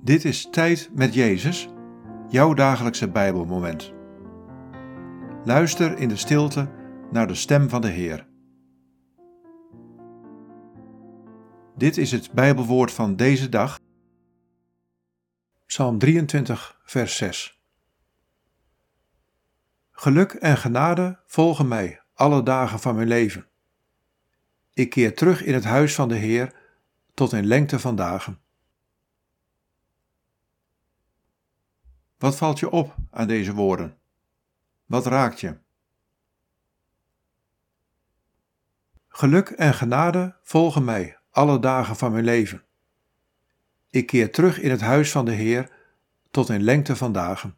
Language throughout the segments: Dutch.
Dit is Tijd met Jezus, jouw dagelijkse Bijbelmoment. Luister in de stilte naar de stem van de Heer. Dit is het Bijbelwoord van deze dag. Psalm 23, vers 6. Geluk en genade volgen mij alle dagen van mijn leven. Ik keer terug in het huis van de Heer tot in lengte van dagen. Wat valt je op aan deze woorden? Wat raakt je? Geluk en genade volgen mij alle dagen van mijn leven. Ik keer terug in het huis van de Heer tot in lengte van dagen.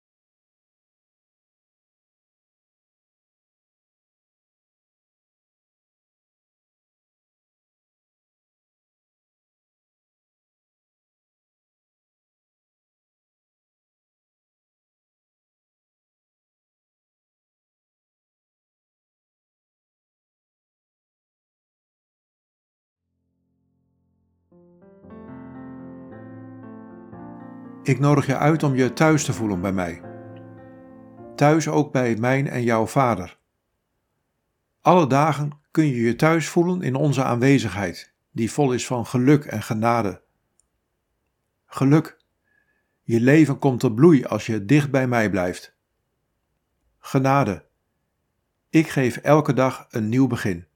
Ik nodig je uit om je thuis te voelen bij mij. Thuis ook bij mijn en jouw Vader. Alle dagen kun je je thuis voelen in onze aanwezigheid, die vol is van geluk en genade. Geluk. Je leven komt tot bloei als je dicht bij mij blijft. Genade. Ik geef elke dag een nieuw begin.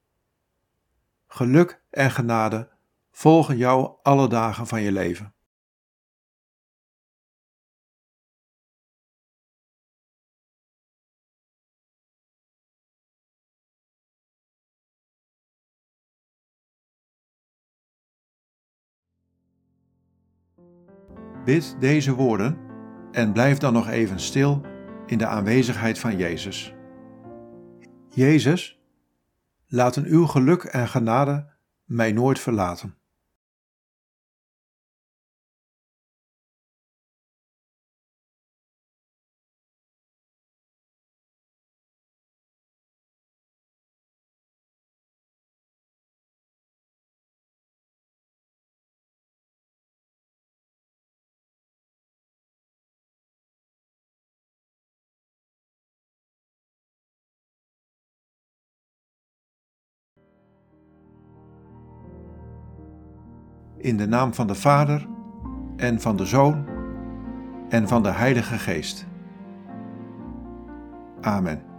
Geluk en genade volgen jou alle dagen van je leven. Bid deze woorden en blijf dan nog even stil in de aanwezigheid van Jezus. Jezus, laten uw geluk en genade mij nooit verlaten. In de naam van de Vader en van de Zoon en van de Heilige Geest. Amen.